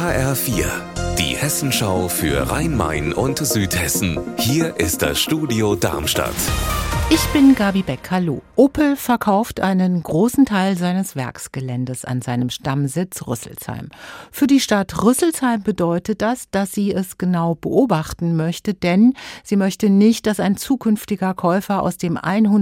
HR4, die Hessenschau für Rhein-Main und Südhessen. Hier ist das Studio Darmstadt. Ich bin Gabi Beck, hallo. Opel verkauft einen großen Teil seines Werksgeländes an seinem Stammsitz Rüsselsheim. Für die Stadt Rüsselsheim bedeutet das, dass sie es genau beobachten möchte, denn sie möchte nicht, dass ein zukünftiger Käufer aus dem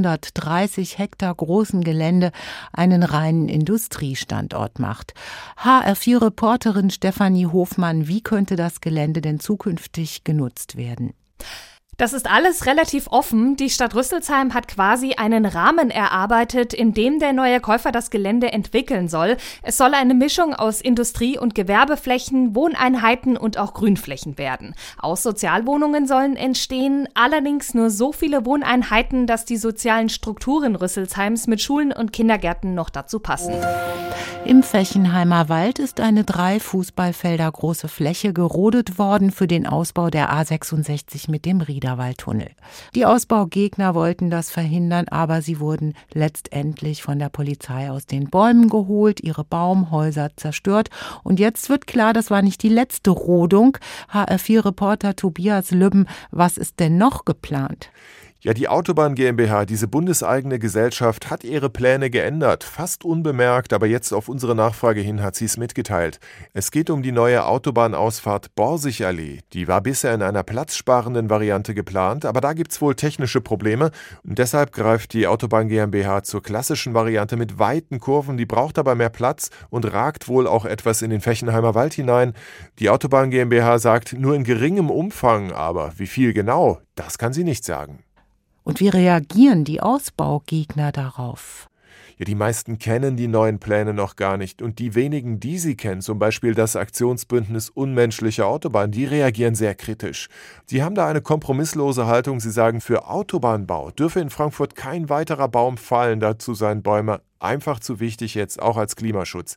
130 Hektar großen Gelände einen reinen Industriestandort macht. HR4-Reporterin Stefanie Hofmann, wie könnte das Gelände denn zukünftig genutzt werden? Das ist alles relativ offen. Die Stadt Rüsselsheim hat quasi einen Rahmen erarbeitet, in dem der neue Käufer das Gelände entwickeln soll. Es soll eine Mischung aus Industrie- und Gewerbeflächen, Wohneinheiten und auch Grünflächen werden. Aus Sozialwohnungen sollen entstehen, allerdings nur so viele Wohneinheiten, dass die sozialen Strukturen Rüsselsheims mit Schulen und Kindergärten noch dazu passen. Im Fechenheimer Wald ist eine 3 Fußballfelder große Fläche gerodet worden für den Ausbau der A66 mit dem Riederwaldtunnel. Die Ausbaugegner wollten das verhindern, aber sie wurden letztendlich von der Polizei aus den Bäumen geholt, ihre Baumhäuser zerstört. Und jetzt wird klar, das war nicht die letzte Rodung. HR4-Reporter Tobias Lübben, was ist denn noch geplant? Ja, die Autobahn GmbH, diese bundeseigene Gesellschaft, hat ihre Pläne geändert. Fast unbemerkt, aber jetzt auf unsere Nachfrage hin hat sie es mitgeteilt. Es geht um die neue Autobahnausfahrt Borsig-Allee. Die war bisher in einer platzsparenden Variante geplant, aber da gibt's wohl technische Probleme. Und deshalb greift die Autobahn GmbH zur klassischen Variante mit weiten Kurven. Die braucht aber mehr Platz und ragt wohl auch etwas in den Fechenheimer Wald hinein. Die Autobahn GmbH sagt, nur in geringem Umfang, aber wie viel genau, das kann sie nicht sagen. Und wie reagieren die Ausbaugegner darauf? Ja, die meisten kennen die neuen Pläne noch gar nicht. Und die wenigen, die sie kennen, zum Beispiel das Aktionsbündnis Unmenschliche Autobahn, die reagieren sehr kritisch. Sie haben da eine kompromisslose Haltung. Sie sagen, für Autobahnbau dürfe in Frankfurt kein weiterer Baum fallen. Dazu seien Bäume einfach zu wichtig jetzt, auch als Klimaschutz.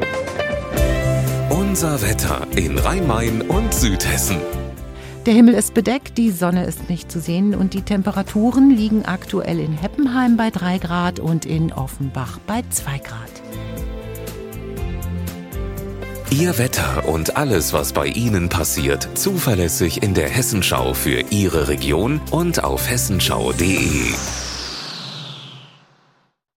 Unser Wetter in Rhein-Main und Südhessen. Der Himmel ist bedeckt, die Sonne ist nicht zu sehen und die Temperaturen liegen aktuell in Heppenheim bei 3 Grad und in Offenbach bei 2 Grad. Ihr Wetter und alles, was bei Ihnen passiert, zuverlässig in der Hessenschau für Ihre Region und auf hessenschau.de.